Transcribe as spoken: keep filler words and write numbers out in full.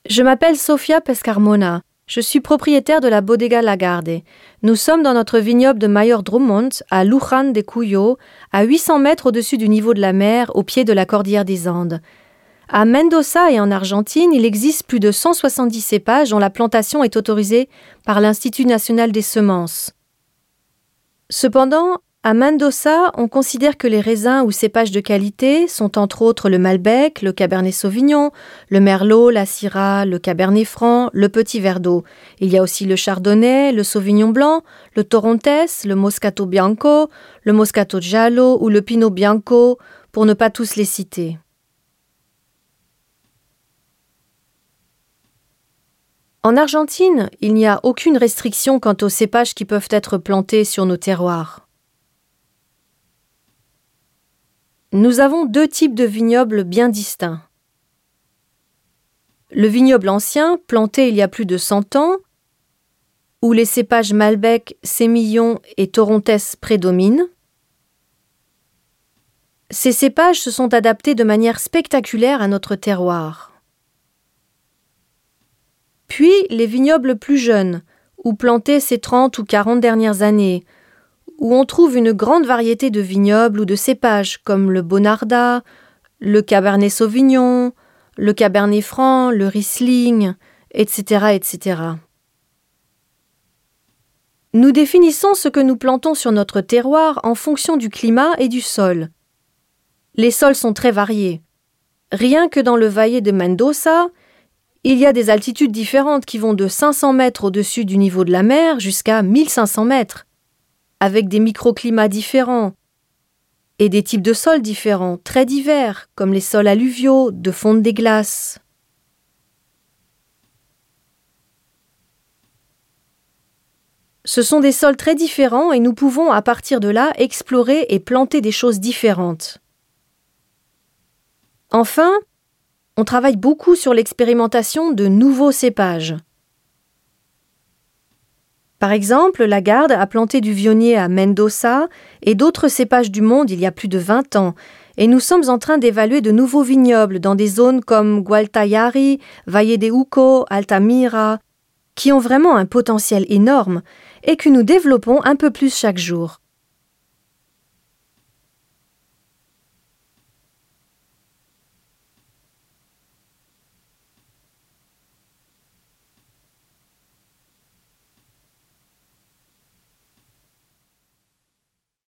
Je m'appelle Sofia Pescarmona. Je suis propriétaire de la Bodega Lagarde. Nous sommes dans notre vignoble de Mayor Drummond, à Luján de Cuyo, à huit cents mètres au-dessus du niveau de la mer, au pied de la cordillère des Andes. À Mendoza et en Argentine, il existe plus de cent soixante-dix cépages dont la plantation est autorisée par l'Institut national des semences. Cependant, à Mendoza, on considère que les raisins ou cépages de qualité sont entre autres le Malbec, le Cabernet Sauvignon, le Merlot, la Syrah, le Cabernet Franc, le Petit Verdot. Il y a aussi le Chardonnay, le Sauvignon Blanc, le Torrontés, le Moscato Bianco, le Moscato Giallo ou le Pinot Bianco, pour ne pas tous les citer. En Argentine, il n'y a aucune restriction quant aux cépages qui peuvent être plantés sur nos terroirs. Nous avons deux types de vignobles bien distincts. Le vignoble ancien, planté il y a plus de cent ans, où les cépages Malbec, Sémillon et Torrontés prédominent. Ces cépages se sont adaptés de manière spectaculaire à notre terroir. Puis les vignobles plus jeunes, ou plantés ces trente ou quarante dernières années, où on trouve une grande variété de vignobles ou de cépages comme le Bonarda, le Cabernet Sauvignon, le Cabernet Franc, le Riesling, et cetera, et cetera. Nous définissons ce que nous plantons sur notre terroir en fonction du climat et du sol. Les sols sont très variés. Rien que dans le Valle de Mendoza, il y a des altitudes différentes qui vont de cinq cents mètres au-dessus du niveau de la mer jusqu'à mille cinq cents mètres. Avec des microclimats différents et des types de sols différents, très divers, comme les sols alluviaux, de fonte des glaces. Ce sont des sols très différents et nous pouvons, à partir de là, explorer et planter des choses différentes. Enfin, on travaille beaucoup sur l'expérimentation de nouveaux cépages. Par exemple, Lagarde a planté du vionnier à Mendoza et d'autres cépages du monde il y a plus de vingt ans, et nous sommes en train d'évaluer de nouveaux vignobles dans des zones comme Gualtayari, Valle de Uco, Altamira, qui ont vraiment un potentiel énorme et que nous développons un peu plus chaque jour.